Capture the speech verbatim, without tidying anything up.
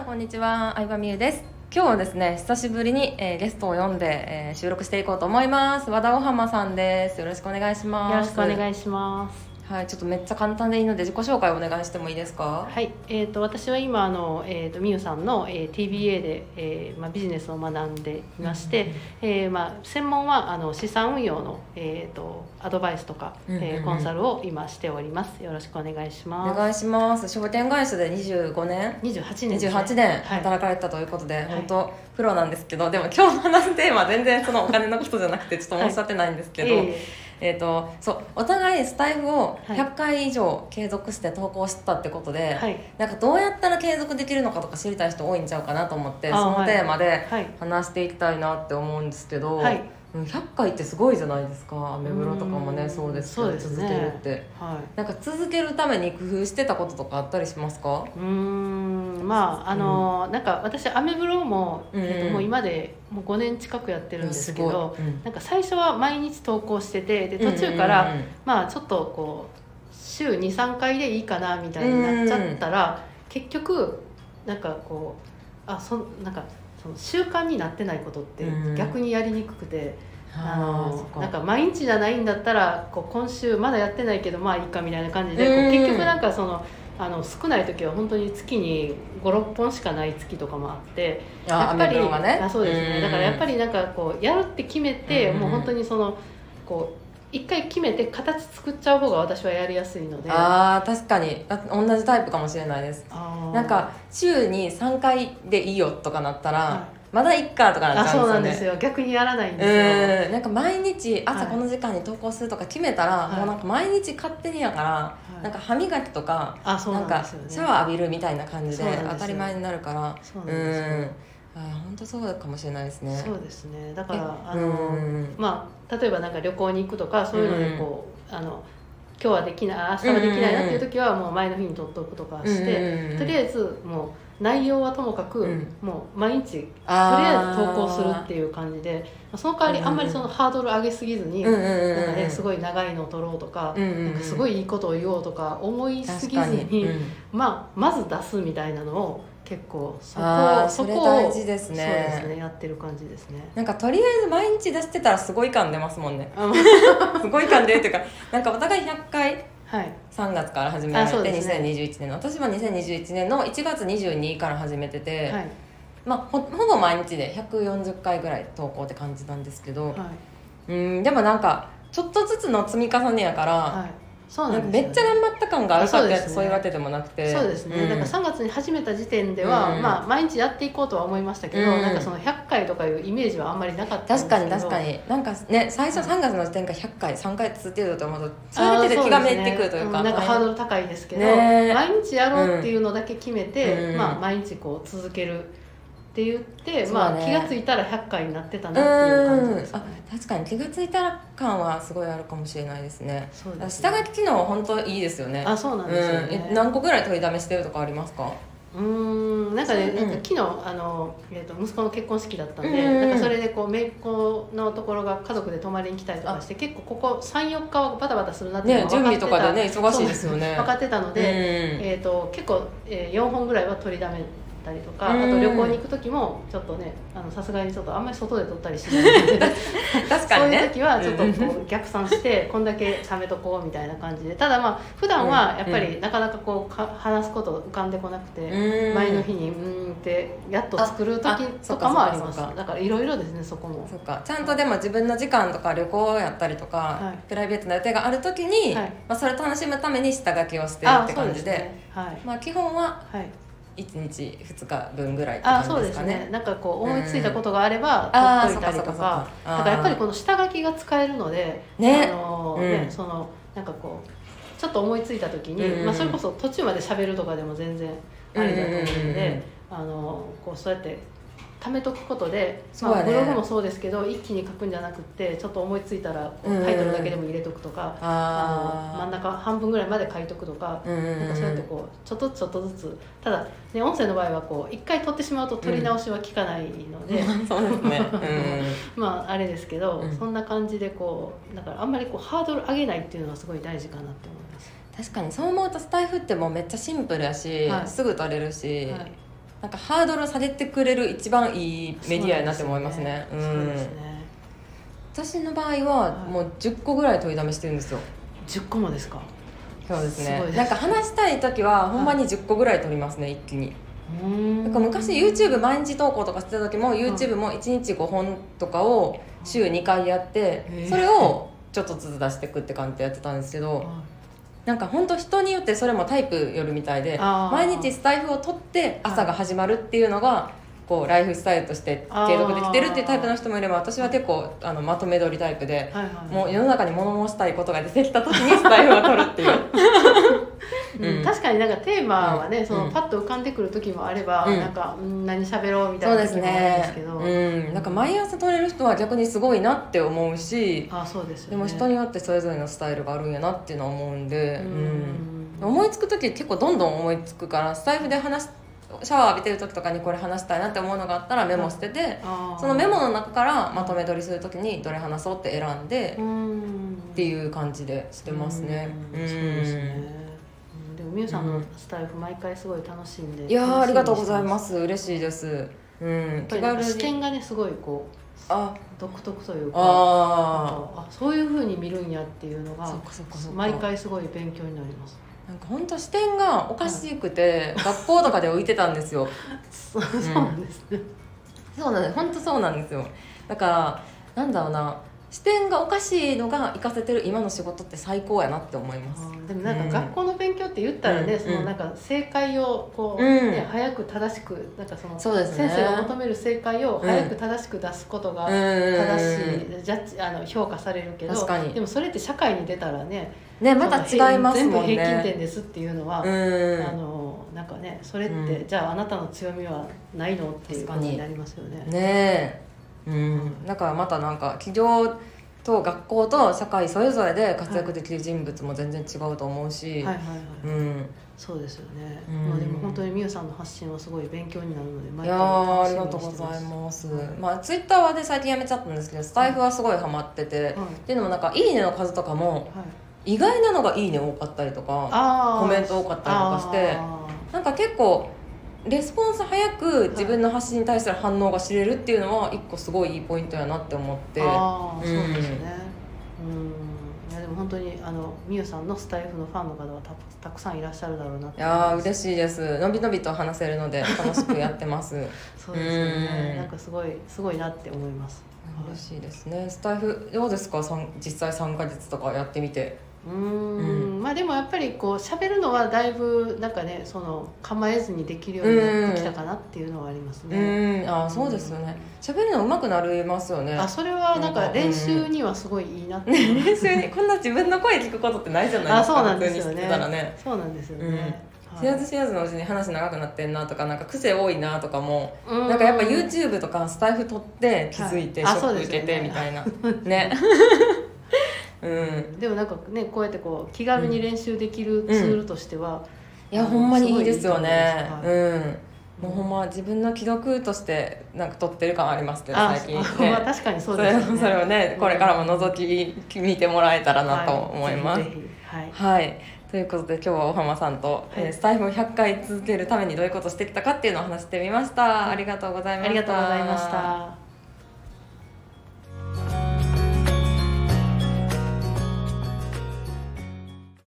こんにちは、相葉美優です。今日はですね、久しぶりに、えー、ゲストを呼んで、えー、収録していこうと思います。和田お浜さんです。よろしくお願いします。 よろしくお願いします。 はい、ちょっとめっちゃ簡単でいいので自己紹介をお願いしてもいいですか？ はい、えー、と私は今あの、えー、と美優さんの、えー、ティービーエー で、えーまあ、ビジネスを学んでいまして、うんうんえーまあ、専門はあの資産運用の、えー、とアドバイスとか、うんうんうんえー、コンサルを今しております。よろしくお願いします。 お願いします。証券会社でにじゅうごねんにじゅうはちねんですね、にじゅうはちねん働かれたということで、 はい、 本当プロなんですけど、でも今日話すテーマは全然そのお金のことじゃなくてちょっとおっしゃってないんですけど、はいえーえー、とそうお互いスタイフをひゃっかい以上継続して投稿してたってことで、はい、なんかどうやったら継続できるのかとか知りたい人多いんちゃうかなと思って、そのテーマで話していきたいなって思うんですけど、はい、ひゃっかいってすごいじゃないですか。アメブロとかもねそうですけど、続けるって、はい、なんか続けるために工夫してたこととかあったりしますか？ うーんまああの、うん、なんか私アメブロも、うんえー、ともう今でもうごねん近くやってるんですけど、うん、なんか最初は毎日投稿してて、で途中から、うんうんうん、まあちょっとこう週 に,さん 回でいいかなみたいになっちゃったら、うん、結局なんかこうあそなんかその習慣になってないことって逆にやりにくくて、うん、あのあなんか毎日じゃないんだったらこう今週まだやってないけどまあいいかみたいな感じで、うん、こう結局なんかそのあの少ない時は本当に月にご、ろっぽんしかない月とかもあって、やっぱりあそうですね、だからやっぱりなんかこうやるって決めて、もう本当にそのこう一回決めて形作っちゃう方が私はやりやすいので。 あ確かに同じタイプかもしれないです。なんか週にさんかいでいいよとかなったら、はいまだいっかとかなっちゃうんですよね。あ、そうなんですよ。 逆にやらないんですよ。 うんなんか毎日朝この時間に投稿するとか決めたら、はい、もうなんか毎日勝手にやから、はい、なんか歯磨きとか、 あ、そうなんですよね、 なんかシャワー浴びるみたいな感じで当たり前になるから、 そうなんですよ。うんあ本当そうかもしれないですね。 そうですね。だからあの、まあ、例えばなんか旅行に行くとかそういうのでこう、うん、あの今日はできない明日はできないなっていう時はもう前の日に取っとくとかして、とりあえずもう内容はともかく、うん、もう毎日とりあえず投稿するっていう感じで、その代わりあんまりそのハードル上げすぎずに、うんなんかね、すごい長いのを撮ろうとか、うんうんうん、なんかすごいいいことを言おうとか思いすぎずに、うんまあ、まず出すみたいなのを結構そこをそれ大事ですね。 そうですね、やってる感じですね。 なんかとりあえず毎日出してたらすごい感出ますもんねすごい感出るっていうか、なんかお互いひゃっかいはい、さんがつから始められて、ね、にせんにじゅういちねんの私はにせんにじゅういちねんのいちがつにじゅうにから始めてて、はいまあ、ほ, ほぼ毎日でひゃくよんじゅっかいぐらい投稿って感じなんですけど、はい、うんでもなんかちょっとずつの積み重ねやから、はいそうなんですよね、めっちゃ頑張った感があるかってそう、ね、そういうわけでもなくてそうですね、うん、だからさんがつに始めた時点では、うんまあ、毎日やっていこうとは思いましたけど、うん、なんかそのひゃっかいとかいうイメージはあんまりなかったんですけど、 確かに確かになんかね最初さんがつの時点からひゃっかいさんかい続けると思うとそれだけで気がめいってくるというか、 ねうん、なんかハードル高いですけど、ね、毎日やろうっていうのだけ決めて、うんまあ、毎日こう続けるって言って、ねまあ、気がついたらひゃっかいになってたなっていう感じです、ね、 あ確かに気がついたら感はすごいあるかもしれないですね。そうですね、下書き機能は本当いいですよね。 あそうなんですよね、 うん、何個ぐらい取りだめしてるとかありますか？ うーんなんかね、うん、なんか昨日あの、えー、と息子の結婚式だったんで、うん、なんかそれでこう姪っ子のところが家族で泊まりに来たりとかして結構ここ さん,よっかはバタバタするなっていうのが分かってた、ね、準備とかでね忙しいですよね分かってたので、うんえー、と結構、えー、よんほんぐらいは取りだめたりとか、あと旅行に行く時もちょっとねさすがにちょっとあんまり外で撮ったりしないので確かに、ね、そういう時はちょっとこう逆算してこんだけ貯めとこうみたいな感じで、ただまあ普段はやっぱりなかなかこうか話すこと浮かんでこなくて、前の日にうーんってやっと作る時とかもあります。だからいろいろですね、そこもそうかちゃんとでも自分の時間とか旅行やったりとか、はい、プライベートな予定がある時に、はいまあ、それを楽しむために下書きをしてるって感じで、ねはいまあ、基本は、はいいちにちふつかぶんぐらいって感じですかね。あそうですね、 なんかこう思いついたことがあれば取っといたりとか、だからやっぱりこの下書きが使えるので、ねあのーうん、ねそのなんかこうちょっと思いついた時に、うんまあ、それこそ途中まで喋るとかでも全然ありだと思うので、あのーこうそうやって貯めとくことで、まあ、ブログもそうですけど一気に書くんじゃなくってちょっと思いついたらタイトルだけでも入れとくとか、うん、あの真ん中半分ぐらいまで書いとくとか、うん、なんかそうやってこうちょっとずつちょっとずつ、ただ、ね、音声の場合はこう一回撮ってしまうと撮り直しは効かないので、うん、そうですね、うん、まああれですけど、うん、そんな感じでこうだからあんまりこうハードル上げないっていうのはすごい大事かなって思います。 確かにそう思うとスタイフってもうめっちゃシンプルやし、はい、すぐ撮れるし、はいなんかハードル下げてくれる一番いいメディアやなって思いますね。 そうですね。 私の場合はもうじゅっこぐらい取りだめしてるんですよ。 じゅっこもですか？ そうですね。なんか話したい時はほんまにじゅっこぐらい取りますね、一気に。なんか昔 YouTube 毎日投稿とかしてた時も YouTube もいちにちごほんとかを週にかいやって、それをちょっとずつ出していくって感じでやってたんですけど、なんか本当人によってそれもタイプよるみたいで、毎日スタイフを取って朝が始まるっていうのがこうライフスタイルとして継続できてるっていうタイプの人もいれば、私は結構あのまとめ撮りタイプで、はいはい、もう世の中に物申したいことが出てきた時にスタイフを取るっていううん、確かになんかテーマはね、うん、そのパッと浮かんでくる時もあれば、うん、なんか、うん、何喋ろうみたいな時もあるんですけど、 そうですね、うん、なんか毎朝撮れる人は逆にすごいなって思うし、 あ、そうですよね、 でも人によってそれぞれのスタイルがあるんやなっていうのは思うんで、うん、思いつく時結構どんどん思いつくから、スタイフで話しシャワー浴びてる時とかにこれ話したいなって思うのがあったらメモしてて、そのメモの中からまとめ撮りする時にどれ話そうって選んでっていう感じでしてますね。 うん、そうですね。でもみゆさんのスタイフ毎回すごい楽しんで、うん、 いやありがとうございます。嬉しいです。うん、 気軽に視点がねすごいこうあ独特というか、 ああそういう風に見るんやっていうのが毎回すごい勉強になります。 なんか本当視点がおかしくて、はい、学校とかで浮いてたんですよ。 そうなんですね、 うん、そうなんです。本当そうなんですよ。だからなんだろうな、視点がおかしいのが活かせてる今の仕事って最高やなって思います。 でもなんか学校の勉強って言ったらね、うん、そのなんか正解をこう、 うんね、早く正しくなんかそのそうですね、 先生が求める正解を早く正しく出すことが正しい、うん、ジャッジあの評価されるけど、 確かに。 でもそれって社会に出たらね、 ね、また違いますもんね。 全部平均点ですっていうのは、 うん、 あのなんかね、それって、うん、じゃああなたの強みはないのっていうことになりますよね。 ねえ、うん、だからまたなんか企業と学校と社会それぞれで活躍できる人物も全然違うと思うし、 はいはいはいはい、うん、そうですよね、うん、まあ、でも本当にみゆさんの発信はすごい勉強になるので毎回楽しみにしてます。いやありがとうございます、 はい、まあツイッターはね最近やめちゃったんですけど、スタイフはすごいハマってて、はい、っていうのもなんかいいねの数とかも、はい、意外なのがいいね多かったりとかコメント多かったりとかして、なんか結構レスポンス早く自分の発信に対する反応が知れるっていうのは一個すごいいいポイントやなって思って。 ああ、うん、そうですね。うん、いやでも本当にあのみゆさんのスタイフのファンの方は た, たくさんいらっしゃるだろうなって。いや嬉しいです。のびのびと話せるので楽しくやってます。 そうですよね、なんかすごいすごいなって思います。 嬉しいですね。スタイフどうですか、実際さんかげつとかやってみて。 うーん、うん、まあでもやっぱりこう喋るのはだいぶなんかね、その構えずにできるようになってきたかなっていうのはありますね。 うん、あ、そうですよね。喋るの上手くなりますよね。 あ、それはなんか練習にはすごいいいなって、 うん、練習にこんな自分の声聞くことってないじゃないですか。あ、そうなんですよね。 そうなんですよね。 うん、知らず知らずのうちに話長くなってんなとか、なんか癖多いなとかも、なんかやっぱ YouTube とかスタイフ撮って気づいて、ショック受けてみたいなね。うん、でもなんかね、こうやってこう気軽に練習できるツールとしては、 うん、いやほんまにいいですよね。はい、うん、もうほんま自分の既読としてなんか撮ってる感ありますけど最近、 ね、まあ確かにそうですね。 それ、それをね、これからも覗き見てもらえたらなと思います。はい、ぜひぜひ、はい、はい、ということで今日はおはまさんと、はい、えー、スタイフをひゃっかい続けるためにどういうことしてきたかっていうのを話してみました。ありがとうございました。 ありがとうございました。